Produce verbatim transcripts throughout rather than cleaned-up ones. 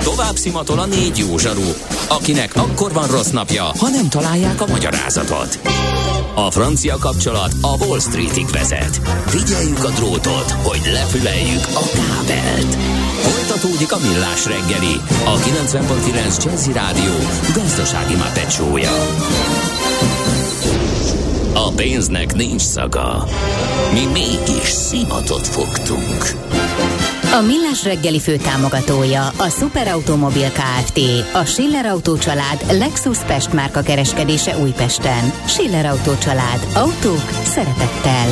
Tovább szimatol a négy jó zsaru, akinek akkor van rossz napja, ha nem találják a magyarázatot. A francia kapcsolat a Wall Streetig vezet. Figyeljük a drótot, hogy lefüleljük a kábelt. Folytatódik a Millás reggeli, a kilencven pont kilenc Jazzy Rádió gazdasági mápecsója. A pénznek nincs szaga. Mi mégis szimatot fogtunk. A Millás reggeli főtámogatója a Superautomobil Kft. A Schiller Autó család Lexus Pest márka kereskedése Újpesten. Schiller Autó család. Autók szeretettel.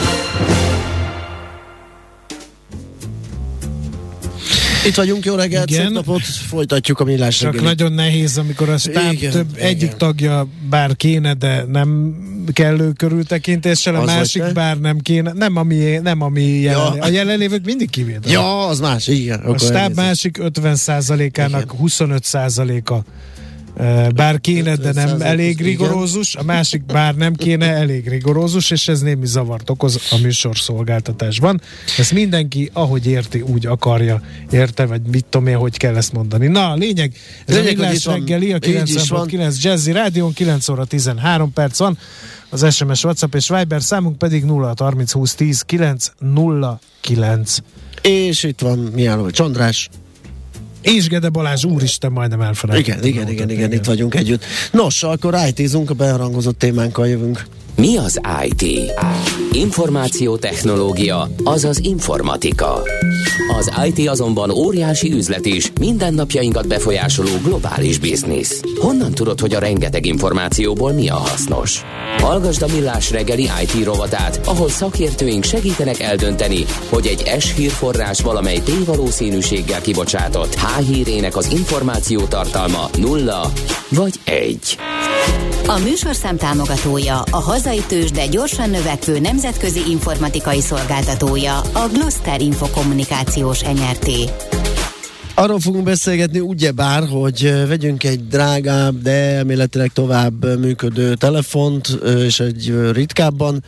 Itt vagyunk, jó reggelt, szép napot, folytatjuk a Millás Csak reggeli. nagyon nehéz, amikor a stáb Igen, több igen. egyik tagja bár kéne, de nem kellő körültekintéssel, a Az másik vagy te? bár nem kéne, nem ami, nem ami jelen, Ja. a jelenlévőt mindig kivéd. Ja, az más, igen. A stáb másik ötven százalékának Igen. huszonöt százaléka bár kéne, de nem ötven elég százalék, rigorózus, a másik bár nem kéne, elég rigorózus, és ez némi zavart okoz a műsorszolgáltatásban. Ezt mindenki, ahogy érti, úgy akarja, érte, vagy mit tudom én, hogy kell ezt mondani. Na, a lényeg, ez Lényeg, a Millás reggeli, a kilencven pont kilenc Jazzy Rádión, kilenc óra tizenhárom perc van, az es em es, WhatsApp és Viber számunk pedig nulla harminc húsz tíz kilenc nulla kilenc. És itt van Mihály Csandrás. És Gede Balázs, úristen, majdnem elfelejtettem. Igen, igen, igen, igen, itt vagyunk együtt. Nos, akkor í té-zunk, a beharangozott témánkkal jövünk. Mi az i té? Információtechnológia, azaz informatika. Az i té azonban óriási üzlet is, mindennapjainkat befolyásoló globális biznisz. Honnan tudod, hogy a rengeteg információból mi a hasznos? Hallgasd a Millás reggeli i té rovatát, ahol szakértőink segítenek eldönteni, hogy egy es hírforrás valamely tévalószínűséggel kibocsátott H-hírének az információ tartalma nulla vagy egy. A műsorszám támogatója, a hazai tőzsde gyorsan növekvő nemzetközi informatikai szolgáltatója, a Gloster Infokommunikációs en er té. Arról fogunk beszélgetni ugyebár, hogy vegyünk egy drágább, de elméletileg tovább működő telefont, és egy ritkábban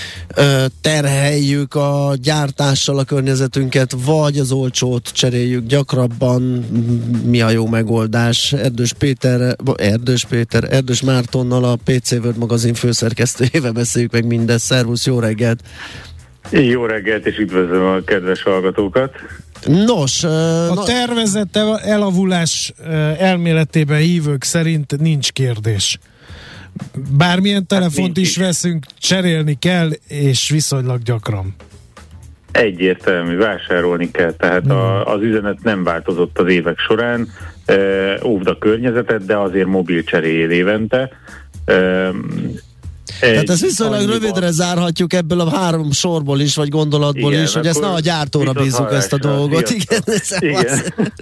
terheljük a gyártással a környezetünket, vagy az olcsót cseréljük gyakrabban. Mi a jó megoldás? Erdős Péter, Erdős Péter, Erdős Mártonnal, a pé cé World magazin főszerkesztőjével beszéljük meg mindezt. Szervusz, jó reggelt! Jó reggelt, és üdvözlöm a kedves hallgatókat! Nos, a na... tervezett elavulás elméletében hívők szerint nincs kérdés. Bármilyen telefont hát is veszünk, cserélni kell, és viszonylag gyakran. Egyértelmű, vásárolni kell, tehát a, az üzenet nem változott az évek során. E, óvd a környezetet, de azért mobil cseréljél évente. E, Tehát ezt viszonylag annyiban rövidre zárhatjuk ebből a három sorból is, vagy gondolatból igen, is, hogy ezt ne a gyártóra bízzuk ezt a dolgot. Igen, igen.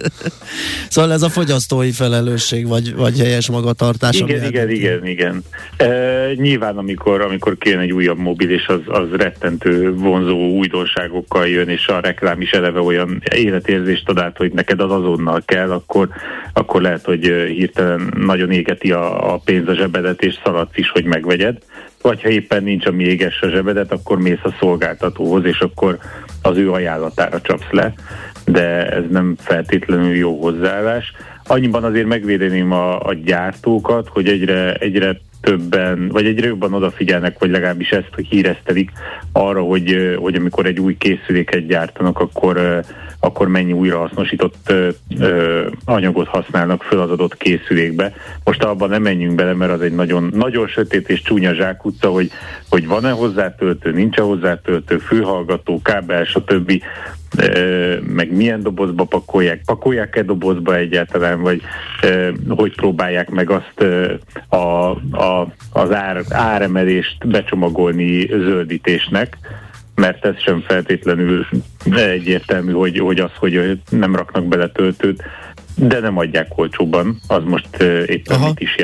Szóval ez a fogyasztói felelősség, vagy, vagy helyes magatartás. Igen, igen, igen, igen. E, nyilván, amikor, amikor kijön egy újabb mobil, és az, az rettentő vonzó újdonságokkal jön, és a reklám is eleve olyan életérzést ad át, hogy neked az azonnal kell, akkor, akkor lehet, hogy hirtelen nagyon égeti a, a pénz a zsebedet, és szaladsz is, hogy megvegyed. Vagy ha éppen nincs, ami égesse a zsebedet, akkor mész a szolgáltatóhoz, és akkor az ő ajánlatára csapsz le, de ez nem feltétlenül jó hozzáállás. Annyiban azért megvédeném a, a gyártókat, hogy egyre, egyre többen, vagy egyre jobban odafigyelnek, vagy legalábbis ezt hogy híresztelik arra, hogy, hogy amikor egy új készüléket gyártanak, akkor, akkor mennyi újrahasznosított ö, ö, anyagot használnak föl az adott készülékbe. Most abban nem menjünk bele, mert az egy nagyon, nagyon sötét és csúnya zsákutca, hogy, hogy van-e hozzátöltő, nincs-e hozzátöltő, fülhallgató, kábel, stb. Ö, meg milyen dobozba pakolják, pakolják-e dobozba egyáltalán, vagy ö, hogy próbálják meg azt ö, a, a, az ár, áremelést becsomagolni zöldítésnek, mert ez sem feltétlenül egyértelmű, hogy, hogy az, hogy nem raknak bele töltőt, de nem adják olcsóban, az most uh, éppen Aha. mit is jelent.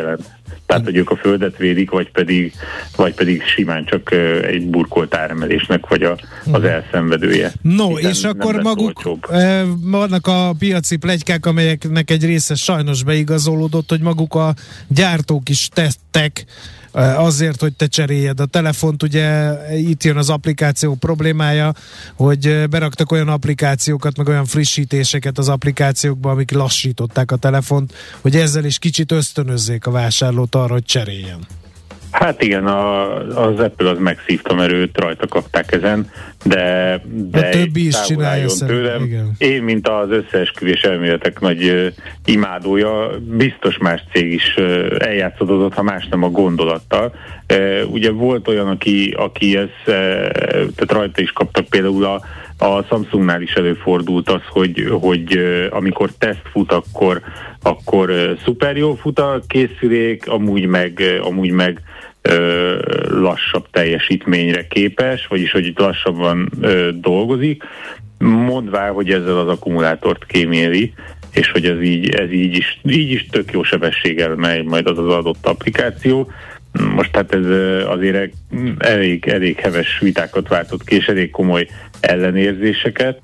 Tehát, hogy ők a földet védik, vagy pedig, vagy pedig simán csak egy burkolt áremelésnek, vagy a, az elszenvedője. No, hiszen és akkor maguk eh, vannak a piaci pletykák, amelyeknek egy része sajnos beigazolódott, hogy maguk a gyártók is tettek azért, hogy te cseréljed a telefont. Ugye itt jön az applikáció problémája, hogy beraktak olyan applikációkat, meg olyan frissítéseket az applikációkba, amik lassították a telefont, hogy ezzel is kicsit ösztönözzék a vásárlót arra, hogy cseréljen. Hát igen, a, az Apple az megszívta, mert őt rajta kapták ezen, de, de a többi is csinálja tőlem. Igen. Én, mint az összeesküvés elméletek nagy uh, imádója, biztos más cég is uh, eljátszódott, ha más nem a gondolattal. Uh, ugye volt olyan, aki, aki ez, uh, tehát rajta is kaptak például a A Samsungnál is előfordult az, hogy, hogy amikor teszt fut, akkor, akkor szuper jól fut a készülék, amúgy meg, amúgy meg ö, lassabb teljesítményre képes, vagyis hogy itt lassabban ö, dolgozik, mondvá, hogy ezzel az akkumulátort kéméli, és hogy ez így, ez így is, így is tök jó sebességgel megy majd az az adott applikáció. Most hát ez azért elég, elég heves vitákat váltott ki, és elég komoly ellenérzéseket.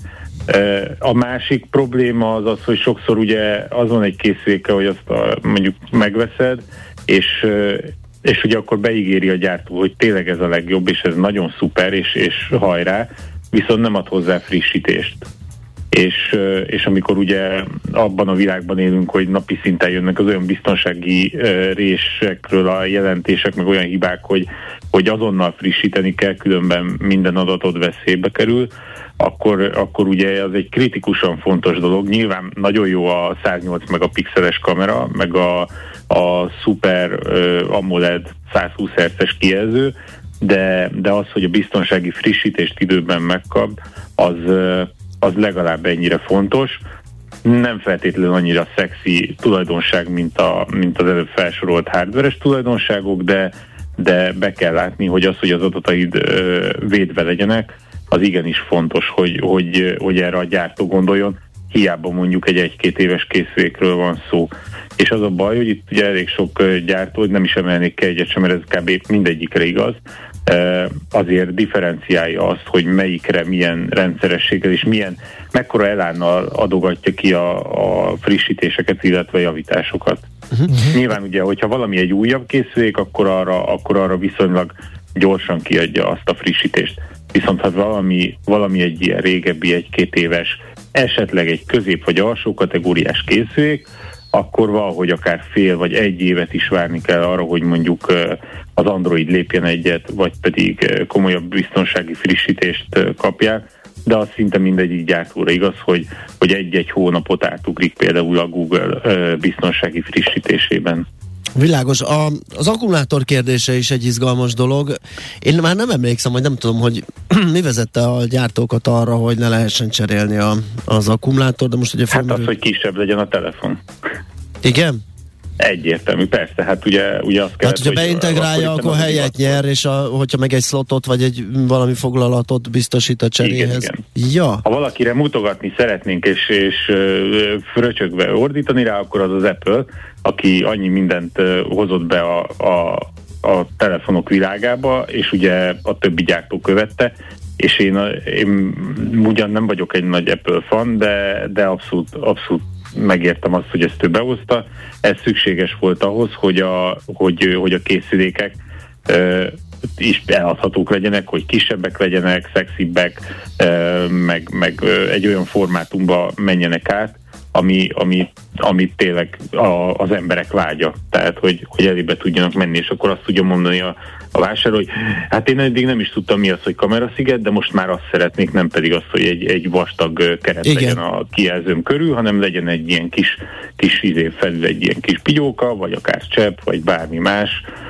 A másik probléma az az, hogy sokszor ugye az van egy készüléke, hogy azt a, mondjuk megveszed, és, és ugye akkor beígéri a gyártó, hogy tényleg ez a legjobb, és ez nagyon szuper, és, és hajrá, viszont nem ad hozzá frissítést. És, és amikor ugye abban a világban élünk, hogy napi szinten jönnek az olyan biztonsági résekről a jelentések, meg olyan hibák, hogy, hogy azonnal frissíteni kell, különben minden adatod veszélybe kerül, akkor, akkor ugye az egy kritikusan fontos dolog. Nyilván nagyon jó a száznyolc megapixeles kamera, meg a, a Super uh, AMOLED százhúsz hertzes kijelző, de, de az, hogy a biztonsági frissítést időben megkap, az az legalább ennyire fontos. Nem feltétlenül annyira szexi tulajdonság, mint, a, mint az előbb felsorolt hardveres tulajdonságok, de, de be kell látni, hogy az, hogy az adataid ö, védve legyenek, az igenis fontos, hogy, hogy, hogy erre a gyártó gondoljon. Hiába mondjuk egy egy-két éves készülékről van szó. És az a baj, hogy itt ugye elég sok gyártó, hogy nem is emelnék ki egyet sem, mert ez kb. Mindegyikre igaz, azért differenciálja azt, hogy melyikre milyen rendszerességgel és milyen, mekkora elánnal adogatja ki a, a frissítéseket, illetve javításokat. Uh-huh. Nyilván ugye, hogyha valami egy újabb készülék, akkor arra, akkor arra viszonylag gyorsan kiadja azt a frissítést. Viszont ha valami, valami egy ilyen régebbi, egy-két éves, esetleg egy közép vagy alsó kategóriás készülék, akkor valahogy akár fél vagy egy évet is várni kell arra, hogy mondjuk az Android lépjen egyet, vagy pedig komolyabb biztonsági frissítést kapják, de az szinte mindegyik gyártóra igaz, hogy, hogy egy-egy hónapot átugrik például a Google biztonsági frissítésében. Világos. A, az akkumulátor kérdése is egy izgalmas dolog. Én már nem emlékszem, hogy nem tudom, hogy mi vezette a gyártókat arra, hogy ne lehessen cserélni a, az akkumulátor, de most ugye hát az, hogy kisebb legyen a telefon. Igen? Egyértelmű, persze, hát ugye, ugye azt kell. Hát, hogyha beintegrálja, akkor, akkor helyet nyer, és a, hogyha meg egy slotot, vagy egy valami foglalatot biztosít a cseréhez. Igen, igen. Ja. Ha valakire mutogatni szeretnénk, és, és fröcsögve ordítani rá, akkor az az Apple, aki annyi mindent hozott be a, a, a telefonok világába, és ugye a többi gyártó követte, és én, én ugyan nem vagyok egy nagy Apple fan, de, de abszolút, abszolút megértem azt, hogy ezt ő behozta. Ez szükséges volt ahhoz, hogy a, hogy, hogy a készülékek ö, is eladhatók legyenek, hogy kisebbek legyenek, szexibbek, ö, meg, meg ö, egy olyan formátumba menjenek át, ami, ami, ami tényleg a, az emberek vágya. Tehát, hogy, hogy elébe tudjanak menni, és akkor azt tudja mondani a, a vásárló, hogy hát én eddig nem is tudtam, mi az, hogy kamerasziget, de most már azt szeretnék, nem pedig azt, hogy egy, egy vastag keret Igen. legyen a kijelzőm körül, hanem legyen egy ilyen kis, kis izé felül egy ilyen kis pigyóka, vagy akár csepp, vagy bármi más,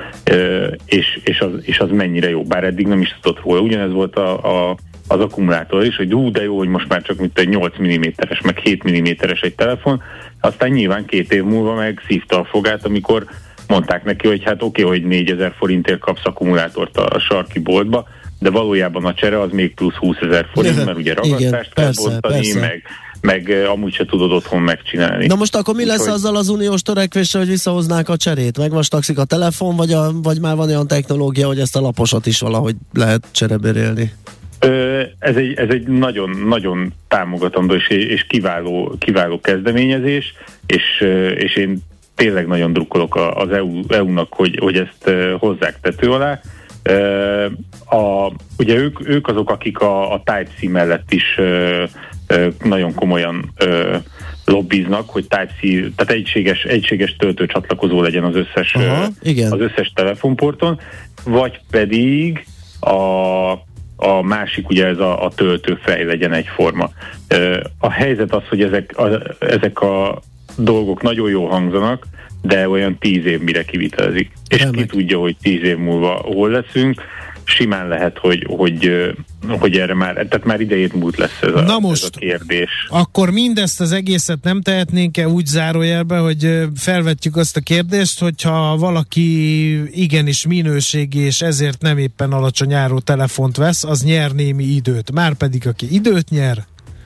és, és, az, és az mennyire jó. Bár eddig nem is tudott róla. Ugyanez volt a, a az akkumulátor is, hogy ú, de jó, hogy most már csak mint egy nyolc milliméteres, meg hét milliméteres egy telefon, aztán nyilván két év múlva meg szívta a fogát, amikor mondták neki, hogy hát oké, okay, hogy négyezer forintért kapsz akkumulátort a sarki boltba, de valójában a csere az még plusz húszezer forint, mert ugye ragasztást kell bontani, meg, meg amúgy se tudod otthon megcsinálni. Na most akkor mi lesz Úgyhogy... azzal az uniós törekvéssel, hogy visszahoznák a cserét? Megvastagszik a telefon, vagy, a, vagy már van olyan technológia, hogy ezt a laposat is valahogy lehet cserebérélni? Ez egy, ez egy nagyon, nagyon támogatandó és, és kiváló, kiváló kezdeményezés, és, és én tényleg nagyon drukkolok az é u, é u-nak, hogy, hogy ezt hozzák tető alá. A, ugye ők, ők azok, akik a, a Type-C mellett is nagyon komolyan lobbiznak, hogy Type-C, tehát egységes, egységes töltőcsatlakozó legyen az összes, Aha, igen. az összes telefonporton, vagy pedig a a másik ugye ez a, a töltőfej legyen egyforma. A helyzet az, hogy ezek a, ezek a dolgok nagyon jól hangzanak, de olyan tíz év mire kivitelezik. És Remek. Ki tudja, hogy tíz év múlva hol leszünk, simán lehet, hogy, hogy, hogy erre már, tehát már idejét múlt lesz ez a, Na most, ez a kérdés. Akkor mindezt az egészet nem tehetnénk-e úgy zárójelbe, hogy felvetjük azt a kérdést, hogyha valaki igenis minőségi és ezért nem éppen alacsony árú telefont vesz, az nyer némi időt. Márpedig aki időt nyer,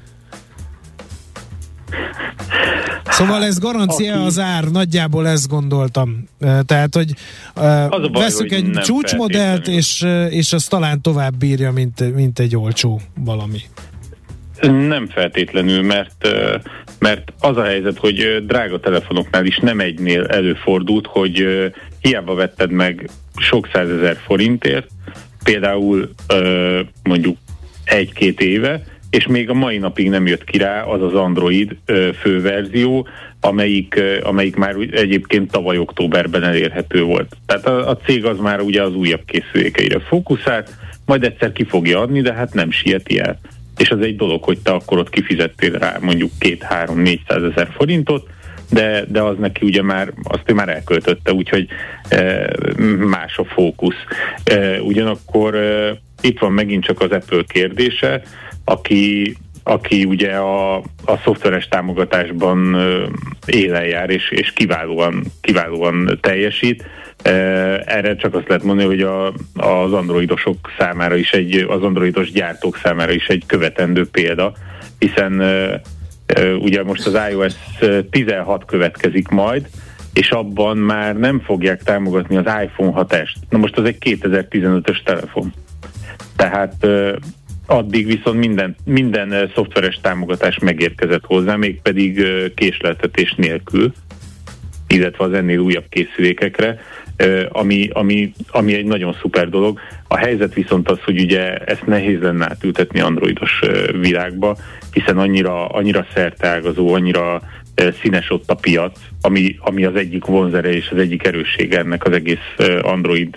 szóval ez garancia aki... az ár, nagyjából ezt gondoltam. Tehát, hogy uh, baj, veszük hogy egy csúcsmodellt, és, és az talán tovább bírja, mint, mint egy olcsó valami. Nem feltétlenül, mert, mert az a helyzet, hogy drága telefonoknál is nem egynél előfordult, hogy hiába vetted meg sok százezer forintért, például mondjuk egy-két éve, és még a mai napig nem jött ki rá az az Android ö, főverzió, amelyik, ö, amelyik már egyébként tavaly októberben elérhető volt. Tehát a, a cég az már ugye az újabb készülékeire fókuszált, majd egyszer ki fogja adni, de hát nem sieti el. És az egy dolog, hogy te akkor ott kifizettél rá mondjuk két-három-négyszázezer forintot, de, de az neki ugye már, azt ő már elköltötte, úgyhogy e, más a fókusz. E, ugyanakkor e, itt van megint csak az Apple kérdése, aki, aki ugye a, a szoftveres támogatásban élen jár, és, és kiválóan, kiválóan teljesít. Erre csak azt lehet mondani, hogy a, az androidosok számára is egy, az androidos gyártók számára is egy követendő példa, hiszen ugye most az iOS tizenhat következik majd, és abban már nem fogják támogatni az iPhone hat est. Na most az egy kétezer-tizenötös telefon. Tehát addig viszont minden, minden szoftveres támogatás megérkezett hozzá, mégpedig késleltetés nélkül, illetve az ennél újabb készülékekre, ami, ami, ami egy nagyon szuper dolog. A helyzet viszont az, hogy ugye ezt nehéz lenne átültetni androidos világba, hiszen annyira, annyira szerteágazó, annyira színes ott a piac, ami, ami az egyik vonzere és az egyik erőssége ennek az egész Android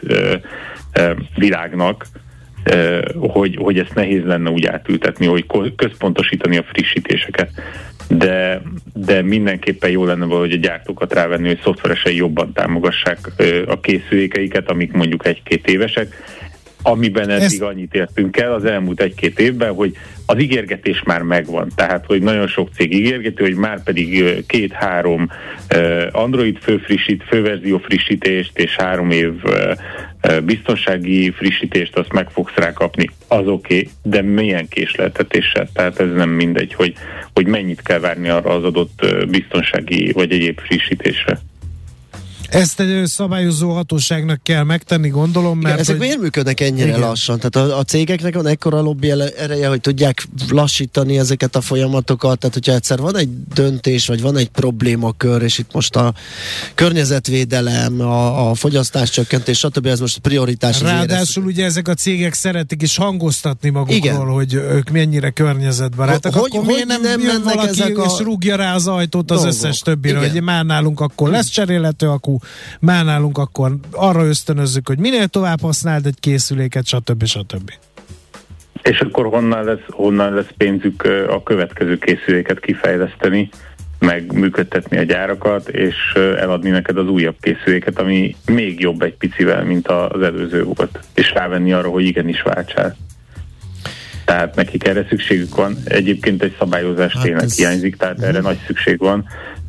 világnak, hogy, hogy ezt nehéz lenne úgy átültetni, hogy központosítani a frissítéseket. De, de mindenképpen jó lenne valahogy a gyártókat rávenni, hogy szoftveresen jobban támogassák a készülékeiket, amik mondjuk egy-két évesek. Amiben eddig Ezt... annyit értünk el az elmúlt egy-két évben, hogy az ígérgetés már megvan. Tehát, hogy nagyon sok cég ígérgető, hogy már pedig két-három Android főfrissít, főverzió frissítést és három év biztonsági frissítést azt meg fogsz rá kapni. Az oké, okay, de milyen késleltetéssel? Tehát ez nem mindegy, hogy, hogy mennyit kell várni arra az adott biztonsági vagy egyéb frissítésre. Ezt egy szabályozó hatóságnak kell megtenni, gondolom, mert... Igen, ezek hogy... miért működnek ennyire Igen. lassan? Tehát a, a cégeknek van ekkora lobby ereje, hogy tudják lassítani ezeket a folyamatokat, tehát hogyha egyszer van egy döntés, vagy van egy problémakör, és itt most a környezetvédelem, a, a fogyasztáscsökkentés, stb. Ez most prioritás. Ráadásul ugye ezek a cégek szeretik is hangoztatni magukról, Igen. hogy ők mennyire környezetbarátak. Hogy, akkor miért nem, nem jön valaki a... és rúgja rá az ajtót az dolgok. Összes többire, Igen. hogy már nálunk akkor lesz cserélhető akku, már nálunk akkor arra ösztönözzük, hogy minél tovább használd egy készüléket, stb. stb. És akkor honnan lesz, honnan lesz pénzük a következő készüléket kifejleszteni, meg működtetni a gyárakat, és eladni neked az újabb készüléket, ami még jobb egy picivel, mint az előző volt. És rávenni arra, hogy igenis váltsál. Tehát nekik erre szükségük van. Egyébként egy szabályozás hát tényleg ez... hiányzik, tehát mm. erre nagy szükség van.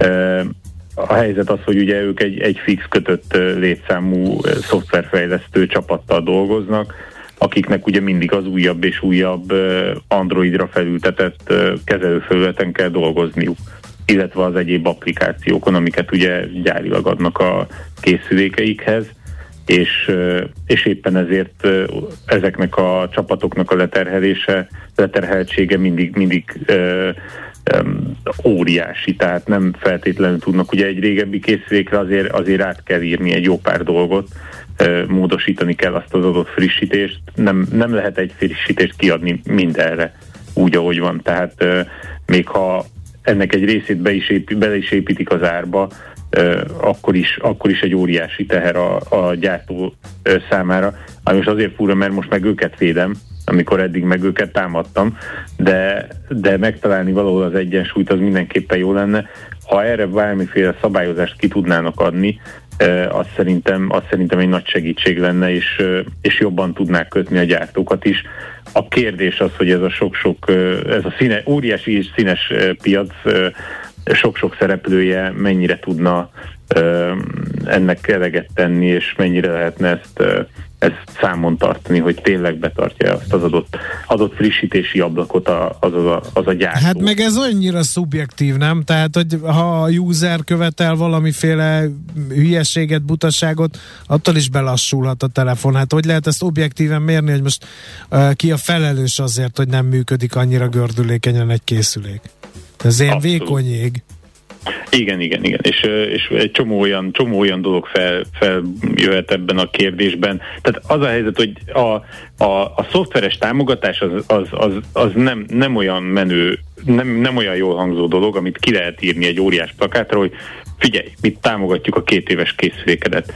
A helyzet az, hogy ugye ők egy, egy fix kötött létszámú szoftverfejlesztő csapattal dolgoznak, akiknek ugye mindig az újabb és újabb Androidra felültetett kezelőfelületen kell dolgozniuk, illetve az egyéb applikációkon, amiket ugye gyárilag adnak a készülékeikhez, és, és éppen ezért ezeknek a csapatoknak a leterhelése, leterheltsége mindig, mindig ö, ö, óriási, tehát nem feltétlenül tudnak, ugye egy régebbi készülékre azért, azért át kell írni egy jó pár dolgot, ö, módosítani kell azt az adott frissítést, nem, nem lehet egy frissítést kiadni mindenre úgy, ahogy van, tehát ö, még ha ennek egy részét be is, épít, be is építik az árba, Uh, akkor, is, akkor is egy óriási teher a, a gyártó uh, számára. Ami most azért fura, mert most meg őket védem, amikor eddig meg őket támadtam, de, de megtalálni valahol az egyensúlyt az mindenképpen jó lenne. Ha erre bármiféle szabályozást ki tudnának adni, uh, az, szerintem, az szerintem egy nagy segítség lenne, és, uh, és jobban tudnák kötni a gyártókat is. A kérdés az, hogy ez a sok-sok, uh, ez a színe, óriási és színes uh, piac uh, sok-sok szereplője mennyire tudna uh, ennek eleget tenni, és mennyire lehetne ezt, uh, ezt számon tartani, hogy tényleg betartja azt az adott, adott frissítési ablakot a, az, az, a, az a gyártó. Hát meg ez annyira szubjektív, nem? Tehát, hogy ha a user követel valamiféle hülyeséget, butaságot, attól is belassulhat a telefon. Hát hogy lehet ezt objektíven mérni, hogy most uh, ki a felelős azért, hogy nem működik annyira gördülékenyen egy készülék? Ez ilyen vékony jég. Igen, igen, igen. És, és egy csomó olyan, csomó olyan dolog fel, feljöhet ebben a kérdésben. Tehát az a helyzet, hogy a, a, a szoftveres támogatás az, az, az, az nem, nem olyan menő, nem, nem olyan jól hangzó dolog, amit ki lehet írni egy óriás plakátra, hogy figyelj, mit támogatjuk a két éves készülékedet.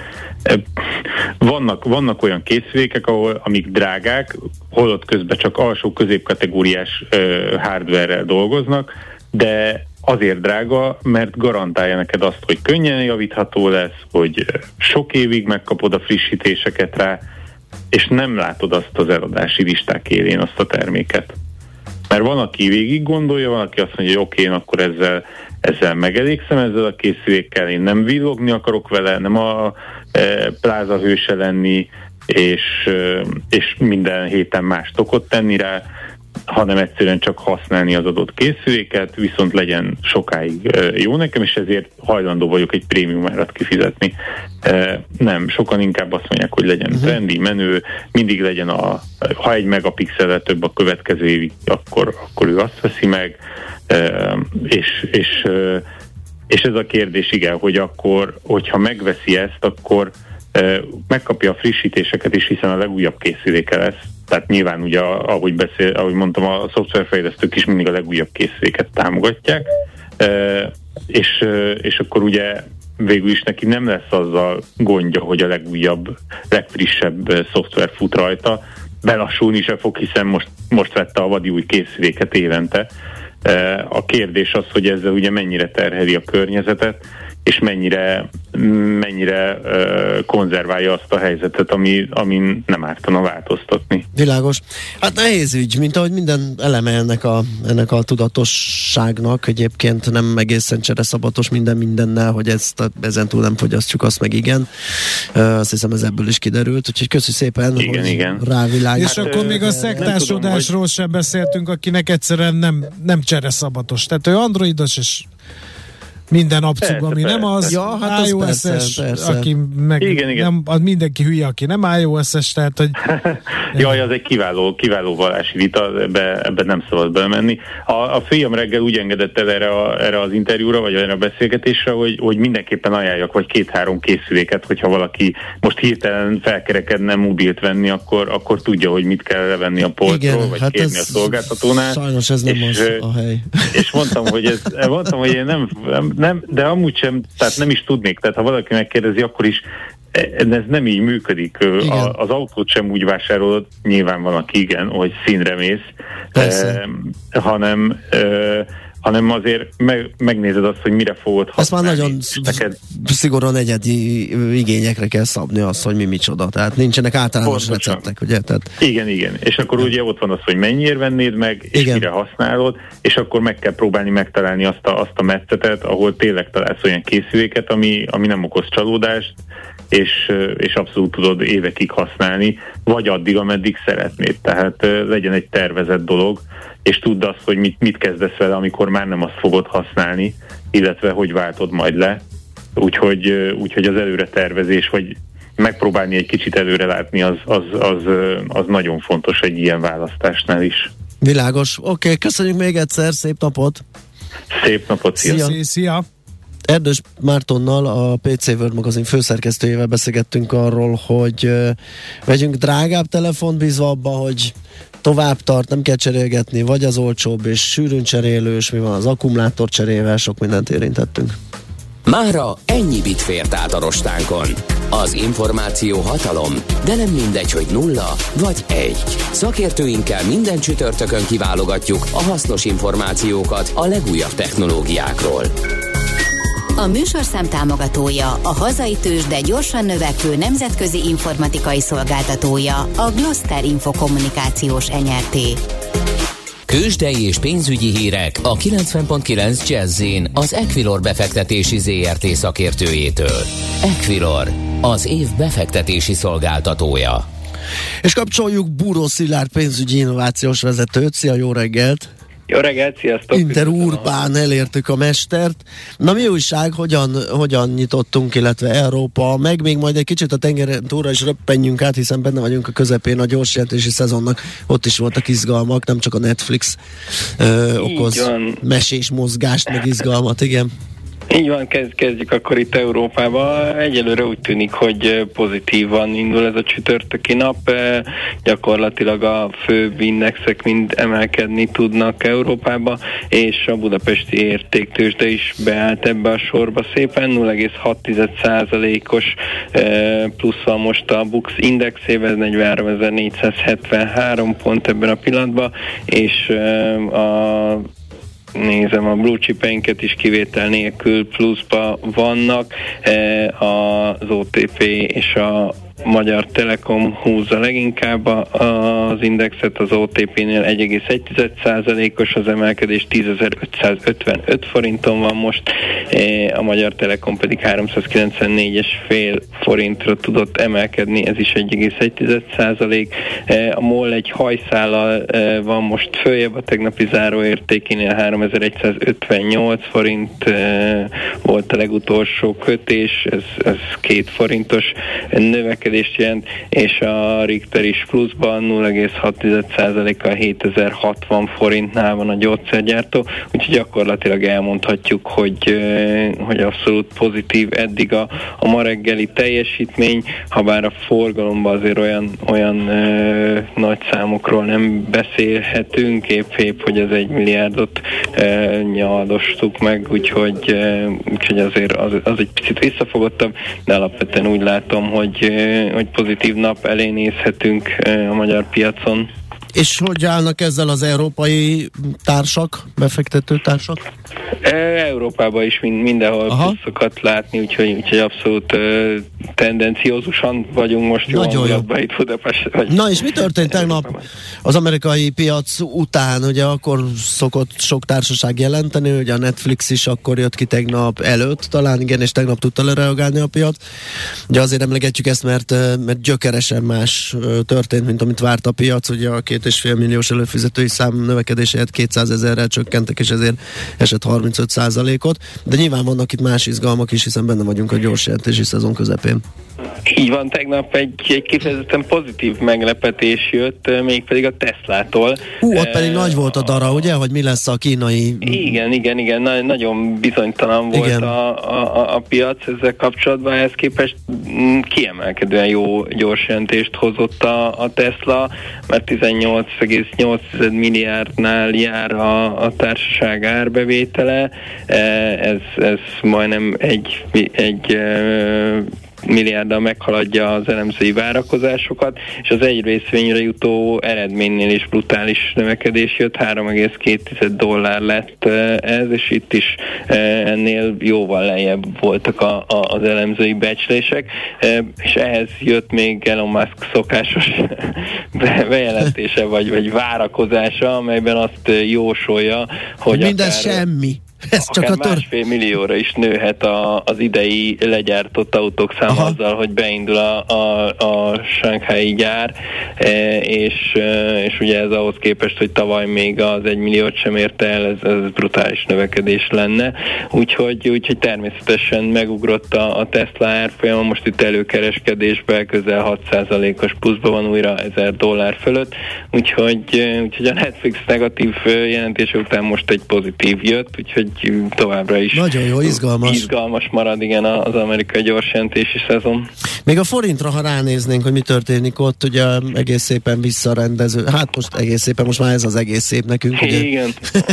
Vannak, vannak olyan készülékek, ahol, amik drágák, holott közben csak alsó középkategóriás uh, hardware-rel dolgoznak, de azért drága, mert garantálja neked azt, hogy könnyen javítható lesz, hogy sok évig megkapod a frissítéseket rá, és nem látod azt az eladási listák élén azt a terméket. Mert van, aki végig gondolja, van, aki azt mondja, hogy oké, én akkor ezzel, ezzel megelégszem, ezzel a készülékkel, én nem villogni akarok vele, nem a e, pláza hőse lenni, és, e, és minden héten más tokot tenni rá, hanem egyszerűen csak használni az adott készüléket, viszont legyen sokáig jó nekem, és ezért hajlandó vagyok egy prémium árat kifizetni. Nem, sokan inkább azt mondják, hogy legyen uh-huh. trendi, menő, mindig legyen a, ha egy megapixellel több a következő évig, akkor, akkor ő azt veszi meg, és, és, és ez a kérdés, igen, hogy akkor, hogyha megveszi ezt, akkor megkapja a frissítéseket is, hiszen a legújabb készüléke lesz. Tehát nyilván ugye, ahogy, beszél, ahogy mondtam, a szoftverfejlesztők is mindig a legújabb készüléket támogatják, és, és akkor ugye végül is neki nem lesz azzal gondja, hogy a legújabb, legfrissebb szoftver fut rajta, belassulni se fog, hiszen most, most vette a vadi új készüléket évente. A kérdés az, hogy ezzel ugye mennyire terheli a környezetet, és mennyire, mennyire uh, konzerválja azt a helyzetet, ami, amin nem ártana változtatni. Világos. Hát nehéz ügy, mint ahogy minden eleme ennek a, ennek a tudatosságnak, egyébként nem egészen csereszabatos minden mindennel, hogy ezt ezentúl nem fogyasztjuk, azt meg igen. Uh, azt hiszem ez ebből is kiderült, úgyhogy köszi szépen, igen, hogy igen. rávilág. És hát, akkor még a szektásodásról hogy... sem beszéltünk, akinek egyszerűen nem, nem csereszabatos. Tehát ő androidos és minden abcug, ami nem az, ja, hát iOS-es, aki meg igen, igen. nem, az mindenki hülye, aki nem iOS-es, tehát, hogy... Jaj, az egy kiváló, kiváló vallási vita, ebbe, ebbe nem szabad belemenni. A, a fiam reggel úgy engedett el erre, a, erre az interjúra, vagy erre a beszélgetésre, hogy, hogy mindenképpen ajánljak, vagy két-három készüléket, hogyha valaki most hirtelen felkerekedne mobilt venni, akkor, akkor tudja, hogy mit kell levenni a polcról, igen, vagy hát kérni a szolgáltatónál. Sajnos ez nem és, az a hely. És mondtam, hogy, ez, mondtam, hogy én nem, nem Nem, de amúgy sem, tehát nem is tudnék, tehát ha valaki megkérdezi, akkor is ez nem így működik. A, az autót sem úgy vásárolod, nyilván van, aki igen, hogy színre mész, eh, hanem eh, hanem azért meg, megnézed azt, hogy mire fogod használni. Ezt már nagyon neked... szigorúan egyedi igényekre kell szabni azt, hogy mi micsoda. Tehát nincsenek általános pontosan receptek, ugye? Tehát... Igen, igen. És akkor igen. Ugye ott van az, hogy mennyiért vennéd meg, és igen. mire használod, és akkor meg kell próbálni megtalálni azt a, azt a metszetet, ahol tényleg találsz olyan készüléket, ami, ami nem okoz csalódást, és, és abszolút tudod évekig használni, vagy addig, ameddig szeretnéd. Tehát legyen egy tervezett dolog, és tudd azt, hogy mit, mit kezdesz vele, amikor már nem azt fogod használni, illetve hogy váltod majd le. Úgyhogy, úgyhogy az előre tervezés, vagy megpróbálni egy kicsit előre látni, az, az, az, az nagyon fontos egy ilyen választásnál is. Világos. Oké, okay, köszönjük még egyszer, szép napot! Szép napot, szia! Szia! Szia. Erdős Mártonnal, a pé cé World magazin főszerkesztőjével beszélgettünk arról, hogy uh, vegyünk drágább telefont, bízva abba, hogy tovább tart, nem kell cserélgetni, vagy az olcsóbb és sűrűn cserélős, mi van az akkumulátor cserével, sok mindent érintettünk. Mára ennyi bit fért át a rostánkon. Az információ hatalom, de nem mindegy, hogy nulla vagy egy. Szakértőinkkel minden csütörtökön kiválogatjuk a hasznos információkat a legújabb technológiákról. A műsorszám támogatója, a hazai tőzsde gyorsan növekvő nemzetközi informatikai szolgáltatója, a Gloster Infokommunikációs Enyerté. Kősdei és pénzügyi hírek a kilencven pont kilenc Jazz-in az Equilor befektetési zé er té szakértőjétől. Equilor, az év befektetési szolgáltatója. És kapcsoljuk Búró Szilárd pénzügyi innovációs vezetőt. Szia, jó reggelt! Jó reggelt, sziasztok! Interurbán elértük a mestert. Na mi újság, hogyan, hogyan nyitottunk, illetve Európa, meg még majd egy kicsit a tengeren túlra is röppenjünk át, hiszen benne vagyunk a közepén a gyorsjelentési szezonnak, ott is voltak izgalmak, nem csak a Netflix ö, okoz mesés mozgást, meg izgalmat, igen. Így van, kezd, kezdjük akkor itt Európába. Egyelőre úgy tűnik, hogy pozitívan indul ez a csütörtöki nap. Gyakorlatilag a főbb indexek mind emelkedni tudnak Európába, és a budapesti értéktőzsde is beállt ebbe a sorba szépen. nulla egész hat százalékos plusz van most a Bux indexében, negyvenháromezer-négyszázhetvenhárom pont ebben a pillanatban, és a nézem, a blue chipeinket is kivétel nélkül pluszba vannak, az o té pé és a Magyar Telekom húzza leginkább az indexet, az o té pénél egy egész egy százalékos az emelkedés, tízezer-ötszázötvenöt forinton van most, a Magyar Telekom pedig háromszázkilencvennégy egész öt forintra tudott emelkedni, ez is egy egész egy százalék. A MOL egy hajszállal van most följebb, a tegnapi záróértékénél háromezer-egyszázötvennyolc forint volt a legutolsó kötés, ez, ez két forintos növekedés jelent, és a Richter is pluszban nulla egész hat százalékkal hétezer-hatvan forintnál van a gyógyszergyártó, úgyhogy gyakorlatilag elmondhatjuk, hogy, hogy abszolút pozitív eddig a, a ma reggeli teljesítmény, ha bár a forgalomban azért olyan, olyan ö, nagy számokról nem beszélhetünk, épp-épp, hogy az egy milliárdot ö, nyaldostuk meg, úgyhogy, ö, úgyhogy azért az, az egy picit visszafogottabb, de alapvetően úgy látom, hogy hogy pozitív nap elé nézhetünk a magyar piacon. És hogy állnak ezzel az európai társak, befektető társak? Európában is mind, mindenhol pluszokat látni, úgyhogy, úgyhogy abszolút uh, tendenciózusan vagyunk most jó hangulatban itt Budapest. Na és mi történt tegnap az amerikai piac után? Ugye akkor szokott sok társaság jelenteni, ugye a Netflix is akkor jött ki tegnap előtt, talán igen, és tegnap tudta lereagálni a piac. Ugye azért emlegetjük ezt, mert, mert gyökeresen más történt, mint amit várt a piac, ugye a két és fél milliós előfizetői szám növekedését kétszázezerrel csökkentek, és ezért esett harmincöt százalékot, de nyilván vannak itt más izgalmak is, hiszen benne vagyunk a gyors jelentési szezon közepén. Így van, tegnap egy, egy kifejezetten pozitív meglepetés jött, mégpedig a Teslától. Hú, ott pedig e, nagy volt a dara, ugye, hogy mi lesz a kínai... Igen, igen, igen, na, nagyon bizonytalan volt a, a, a piac ezzel kapcsolatban, ehhez képest kiemelkedően jó gyors jelentést hozott a, a Tesla, mert tizennyolc egész nyolc milliárdnál jár a, a társaság árbevétele, ez, ez majdnem egy, egy milliárddal meghaladja az elemzői várakozásokat, és az egy részvényre jutó eredménynél is brutális növekedés jött, három egész két dollár lett ez, és itt is ennél jóval lejjebb voltak a, a, az elemzői becslések, és ehhez jött még Elon Musk szokásos bejelentése, vagy, vagy várakozása, amelyben azt jósolja, hogy minden akár... semmi. Ez akár csak a tör... másfél millióra is nőhet a, az idei legyártott autók száma. Aha. Azzal, hogy beindul a, a, a Shanghai gyár, e, és, e, és ugye ez ahhoz képest, hogy tavaly még az egy milliót sem érte el, ez, ez brutális növekedés lenne. Úgyhogy, úgyhogy természetesen megugrott a, a Tesla árfolyama, most itt előkereskedésben közel hat százalékos pluszban van újra ezer dollár fölött, úgyhogy, úgyhogy a Netflix negatív jelentése után most egy pozitív jött, úgyhogy továbbra is nagyon jó, izgalmas. Izgalmas marad, igen, az amerikai gyorsjelentési szezon. Még a forintra, ha ránéznénk, hogy mi történik ott, ugye egész szépen visszarendező, hát most egész szépen, most már ez az egész szép nekünk, ugye? Igen.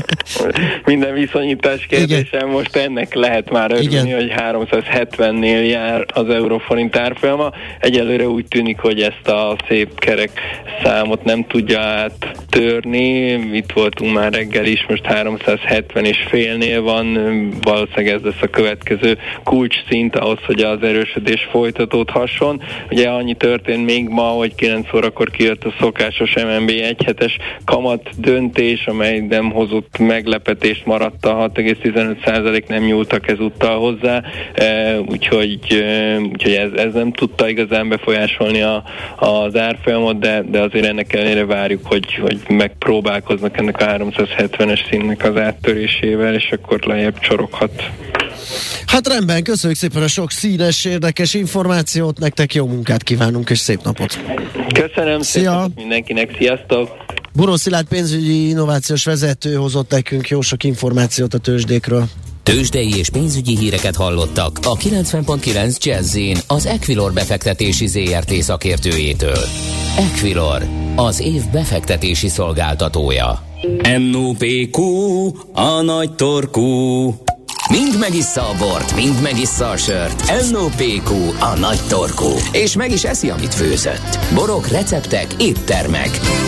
Minden viszonyítás kérdésen most ennek lehet már örülni, igen, hogy háromszázhetvennél jár az euróforint árfolyama. Egyelőre úgy tűnik, hogy ezt a szép kerek számot nem tudja áttörni. Itt voltunk már reggel is, most háromszázhetven és félnél van, valószínűleg ez lesz a következő kulcsszint ahhoz, hogy az erősödés folytatódhasson. Ugye annyi történt még ma, hogy kilenc órakor kijött a szokásos em en bé egyhetes kamat döntés, amely nem hozott meglepetést, maradt a hat egész tizenöt százalék, nem nyúltak ezúttal hozzá, e, úgyhogy, e, úgyhogy ez, ez nem tudta igazán befolyásolni a, az árfolyamot, de, de azért ennek ellenére várjuk, hogy, hogy megpróbálkoznak ennek a háromszázhetvenes színnek az áttörésével, és akkor lejjebb csoroghat. Hát rendben, köszönjük szépen a sok színes, érdekes információt, nektek jó munkát kívánunk, és szép napot! Köszönöm szépen mindenkinek, sziasztok! Buró Szilárd pénzügyi innovációs vezető hozott nekünk jó sok információt a tőzsdékről. Tőzsdei és pénzügyi híreket hallottak a kilencven pont kilenc Jazz-in az Equilor befektetési zé er té szakértőjétől. Equilor, az év befektetési szolgáltatója. em o pé kú, a nagy torkú. Mind megissza a bort, mind megissza a sört. em o pé kú, a nagy torkú. És meg is eszi, amit főzött. Borok, receptek, éttermek.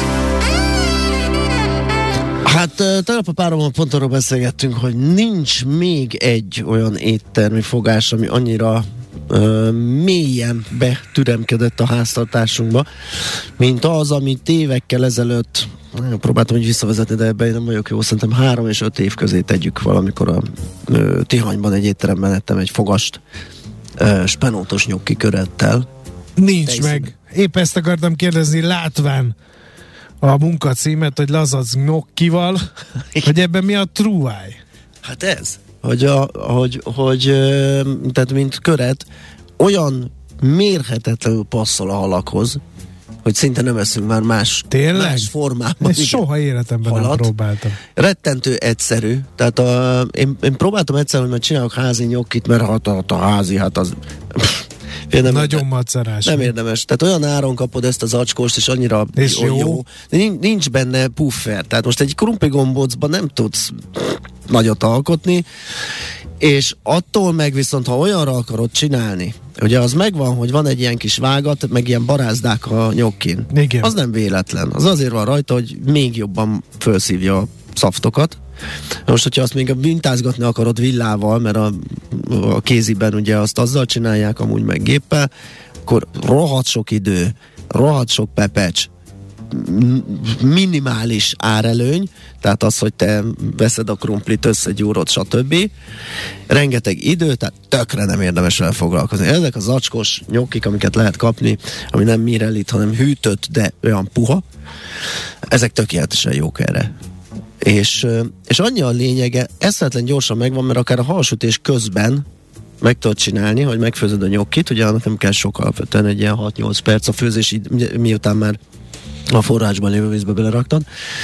Hát tegnap a párommal pont arról beszélgettünk, hogy nincs még egy olyan éttermi fogás, ami annyira ö, mélyen betüremkedett a háztartásunkba, mint az, amit évekkel ezelőtt, nagyon próbáltam így visszavezetni, de ebben nem vagyok jó, szerintem három és öt év közé tegyük valamikor a ö, Tihanyban egy étteremben ettem egy fogast ö, spenótos nyokki körettel. Nincs Tejszín. Meg. Épp ezt akartam kérdezni, látván a munkacímet, hogy lazac nyokkival, hogy ebben mi a truáj? Hát ez, hogy, a, hogy, hogy tehát mint köret, olyan mérhetetlenül passzol a halakhoz, hogy szinte nem eszünk már más, más formában. Ezt soha életemben halat. Nem próbáltam. Rettentő egyszerű. Tehát a, én, én próbáltam egyszer, hogy majd csinálok házi nyokkit, mert hát a, a házi, hát az... Nem, nagyon macerás. Nem érdemes. Tehát olyan áron kapod ezt az acskóst, és annyira és jó. jó. Nincs, nincs benne puffer. Tehát most egy krumpligombócban nem tudsz nagyot alkotni, és attól meg viszont, ha olyanra akarod csinálni, ugye az megvan, hogy van egy ilyen kis vágat, meg ilyen barázdák a nyokkin. Igen. Az nem véletlen. Az azért van rajta, hogy még jobban felszívja a szaftokat. Most, hogyha azt még mintázgatni akarod villával, mert a, a kéziben ugye azt azzal csinálják, amúgy meg géppel, akkor rohadt sok idő, rohadt sok pepecs, minimális árelőny, tehát az, hogy te veszed a krumplit, összegyúrod, stb. Rengeteg idő, tehát tökre nem érdemes vele foglalkozni. Ezek az acskos nyokkik, amiket lehet kapni, ami nem mirelit, hanem hűtött, de olyan puha, ezek tökéletesen jók erre. És, és annyi a lényege, eszmetlen gyorsan megvan, mert akár a halsütés közben meg tudod csinálni, hogy megfőzöd a nyokkit, ugye annak nem kell sok, alapvetően egy ilyen hat-nyolc perc a főzés, miután már a forrácsban lévő vízbe beleraktad.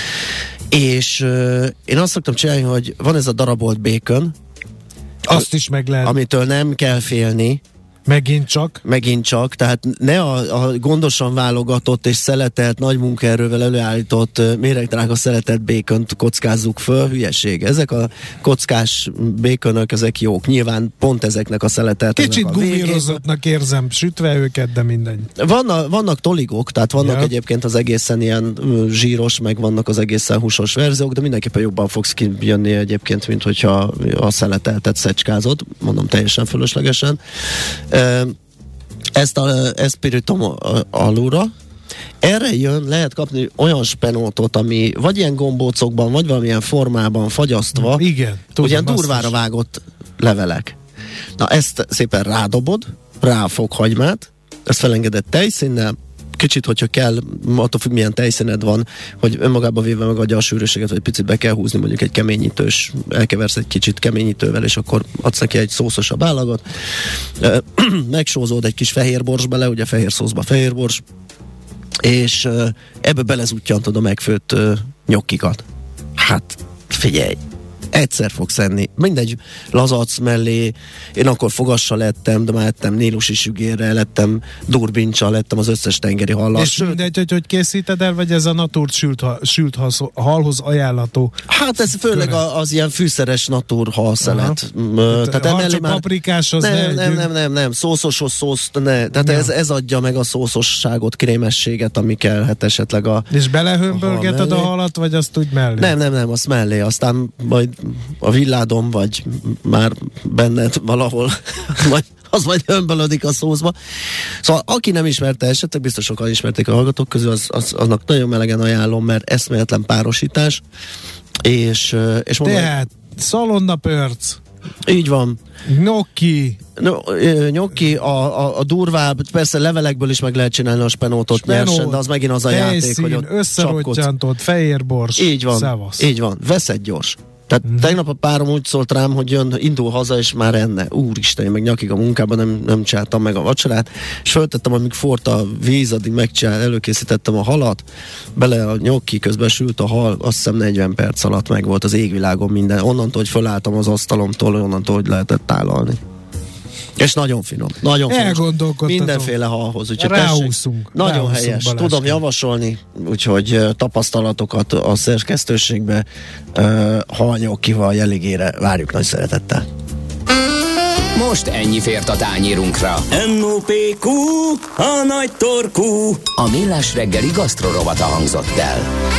És euh, én azt szoktam csinálni, hogy van ez a darabolt bacon, azt is meg lehet. Amitől nem kell félni. Megint csak? Megint csak, tehát ne a, a gondosan válogatott és szeletelt, nagy munkaerővel előállított méregdrága szeletelt békönt kockázzuk föl, hülyeség. Ezek a kockás békönök, ezek jók. Nyilván pont ezeknek a szeletelt. Kicsit gumírozottnak érzem, sütve őket, de mindegy. Vannak, vannak toligok, tehát vannak ja. egyébként az egészen ilyen zsíros, meg vannak az egészen húsos verziók, de mindenképpen jobban fogsz kijönni egyébként, mint hogyha a szeleteltet szecskázod, mondom teljesen fölöslegesen. Ezt, a, ezt pirítom alulra, Erre jön, lehet kapni olyan spenótot, ami vagy ilyen gombócokban, vagy valamilyen formában fagyasztva, igen, tudom, ugye durvára vágott levelek. Na ezt szépen rádobod, rá a fokhagymát, ezt felengedett tejszínnel, kicsit, hogyha kell, attól függ, milyen tejszíned van, hogy önmagába véve megadja a sűrűséget, vagy picit be kell húzni, mondjuk egy keményítős, elkeversz egy kicsit keményítővel, és akkor adsz neki egy szószosabb állagot. Megsózod egy kis fehérbors bele, ugye fehér szószba fehérbors, és ebbe belezúttyantod a megfőtt nyokkikat. Hát, figyelj! Egyszer fogsz enni. Mindegy, lazac mellé, én akkor fogassal lettem, de már ettem nílusi sügérrel, lettem durbincsal, lettem az összes tengeri hallal. És mindegy, hogy hogy készíted el, vagy ez a natúrt sült, sült halhoz ajánlató? Hát ez főleg a, az ilyen fűszeres natúr halszelet. Tehát harcsa paprikás az nem, ne, nem, nem, nem, nem, szószosos szósz, ne. Tehát ja. ez, ez adja meg a szószosságot, krémességet, ami kellhet esetleg a és belehömbölgeted a, a halat, vagy azt úgy mellé? Nem, nem, nem, azt mellé, aztán majd a villádon, vagy már benned valahol, majd, az majd hömbölödik a szószba. Szóval aki nem ismerte esetleg, biztos sokan ismerték a hallgatók közül, az, az, aznak nagyon melegen ajánlom, mert eszméletlen párosítás, és, és mondom, tehát szalonnapörc, így van. Gnocchi. No, nyokki, a, a, a durvább, persze levelekből is meg lehet csinálni a spenótot Spenót, nyersen, de az megint az a helyszín, játék, hogy ott összerottyantott fehérbors, így van, szevasz. Így van, veszed gyors. Tehát mm. tegnap a párom úgy szólt rám, hogy jön, indul haza, és már enne. Úristen, én meg nyakig a munkában nem, nem csináltam meg a vacsorát, és föltettem, amíg forrt a víz, addig megcsinál, előkészítettem a halat, bele a nyokki, közben sült a hal, azt hiszem negyven perc alatt meg volt az égvilágon minden. Onnantól, hogy fölálltam az asztalomtól, onnantól, hogy lehetett tálalni. És nagyon finom. Nagyon finom. Mindenféle halhoz. Ráúszunk. Nagyon ráúszunk helyes. Balázsként. Tudom javasolni, úgyhogy uh, tapasztalatokat a szerkesztőségbe uh, halnyokkival jeligére várjuk nagy szeretettel. Most ennyi fért a tányérunkra. em o pé kú, a nagy torkú. A Millás reggeli gasztrorovata hangzott el.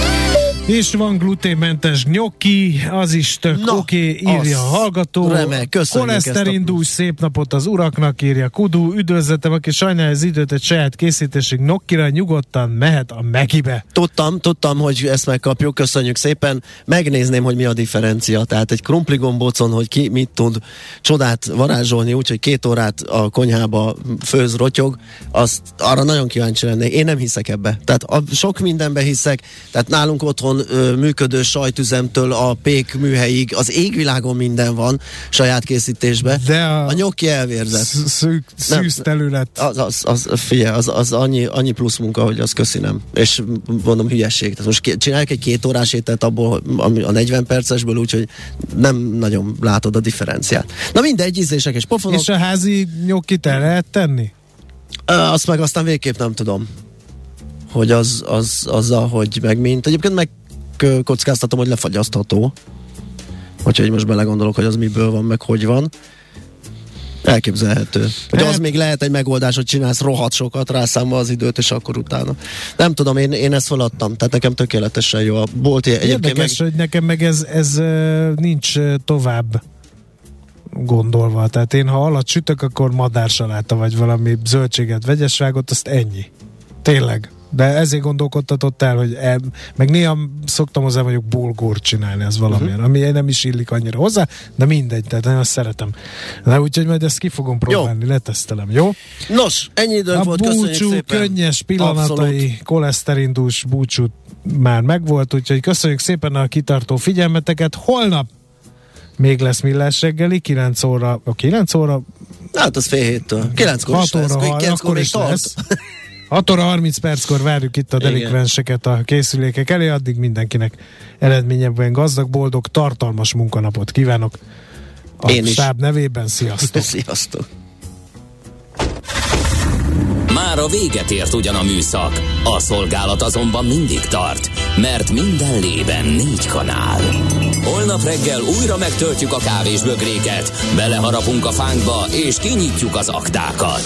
És van gluténmentes gnocchi, az is tök oké, okay, írja a hallgató. Remek, koleszterindús, szép napot az uraknak, írja Kudu. Üdvözletem, aki sajnálja az időt egy saját készítésig gnoccira, nyugodtan mehet a Megibe. Tudtam, tudtam, hogy ezt megkapjuk, köszönjük szépen. Megnézném, hogy mi a differencia. Tehát egy krumpligombócon, hogy ki mit tud csodát varázsolni, úgyhogy két órát a konyhába főz, rotyog, azt arra nagyon kíváncsi lennék. Én nem hiszek ebbe. Tehát a, sok mindenbe hiszek, tehát nálunk otthon Ö, működő sajtüzemtől a pék műhelyig, az égvilágon minden van saját készítésben. De a, a nyokki elvérzett. Szűk, szűz terület. Az, az, az, figyelj, az, az annyi, annyi plusz munka, hogy az köszi nem. És mondom, hülyesség. Tehát most csinálják egy két órás ételt abból, a negyven percesből, úgyhogy nem nagyon látod a differenciát. Na mindegy, ízlések és pofonok. És a házi nyokkit el lehet tenni? Ö, azt meg aztán végképp nem tudom, hogy az, az, az ahogy megmint. Egyébként meg kockáztatom, hogy lefagyasztható. Hogyha így most belegondolok, hogy az miből van, meg hogy van. Elképzelhető. Hogy az még lehet egy megoldás, hogy csinálsz rohadt sokat, rászámol az időt, és akkor utána. Nem tudom, én, én ezt feladtam, tehát nekem tökéletesen jó a bolti. Érdekes, meg... hogy nekem meg ez, ez nincs tovább gondolva. Tehát én, ha alatt sütök, akkor madársaláta, vagy valami zöldséget, vegyesvágot, azt ennyi. Tényleg. De ezért gondolkodtatott el, hogy el, meg néha szoktam hozzá mondjuk bulgurt csinálni, az valamilyen, uh-huh. ami nem is illik annyira hozzá, de mindegy, tehát nagyon szeretem. De úgyhogy majd ezt ki fogom próbálni, jó. Letesztelem, jó? Nos, ennyi időnk volt, köszönjük szépen. A búcsú könnyes pillanatai, abszolút. Koleszterindús búcsú már megvolt, úgyhogy köszönjük szépen a kitartó figyelmeteket. Holnap még lesz Millás reggeli, kilenc óra, a kilenc óra? Hát az fél héttől. kilenckor is lesz, akkor is lesz. hat óra harminc perckor várjuk itt a delikvenseket a készülékek elé, addig mindenkinek eredményebben gazdag, boldog, tartalmas munkanapot kívánok. A Én stáb is. nevében sziasztok! Sziasztok! Már a véget ért ugyan a műszak, a szolgálat azonban mindig tart, mert minden lében négy kanál. Holnap reggel újra megtöltjük a kávésbögréket, beleharapunk a fánkba és kinyitjuk az aktákat.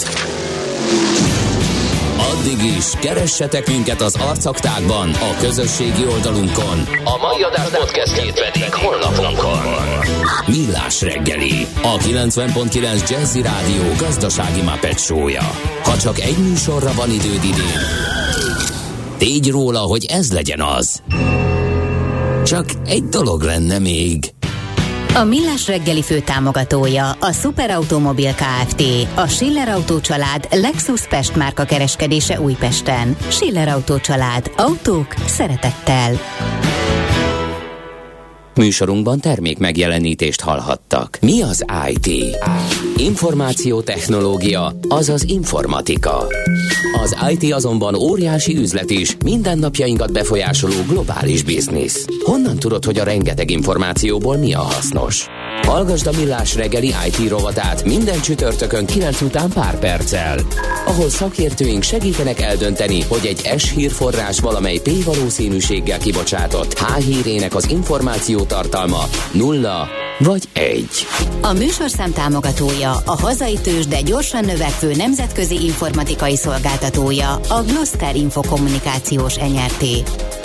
Addig is keressetek minket az arcaktákban, a közösségi oldalunkon. A mai adás podcastjét pedig honlapunkon. Millás reggeli, a kilencven pont kilenc Jazzy Rádió gazdasági Muppet show-ja. Ha csak egy műsorra van időd idén, Tégy róla, hogy ez legyen az. Csak egy dolog lenne még. A Millás reggeli főtámogatója a Superautomobil Kft. A Schiller Autó család Lexus Pest márka kereskedése Újpesten. Schiller Autó család. Autók szeretettel. Műsorunkban termék megjelenítést hallhattak. Mi az i té? Információtechnológia, azaz informatika. Az i té azonban óriási üzlet is, mindennapjainkat befolyásoló globális biznisz. Honnan tudod, hogy a rengeteg információból mi a hasznos? Hallgasd a Millás reggeli i té rovatát minden csütörtökön kilenc után pár perccel, ahol szakértőink segítenek eldönteni, hogy egy S hírforrás valamely P valószínűséggel kibocsátott H hírének az információ tartalma nulla vagy egy. A műsorszám támogatója a hazai tőzsde gyorsan növekvő nemzetközi informatikai szolgáltatója, a Gloster Infokommunikációs en er té.